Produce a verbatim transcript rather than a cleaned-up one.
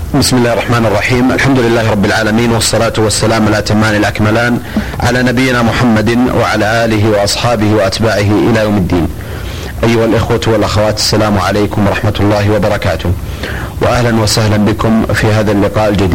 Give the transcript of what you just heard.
بسم الله الرحمن الرحيم. الحمد لله رب العالمين، والصلاة والسلام الأتمان الأكملان على نبينا محمد وعلى آله وأصحابه وأتباعه إلى يوم الدين. أيها الإخوة والأخوات، السلام عليكم ورحمة الله وبركاته، وأهلا وسهلا بكم في هذا اللقاء الجديد.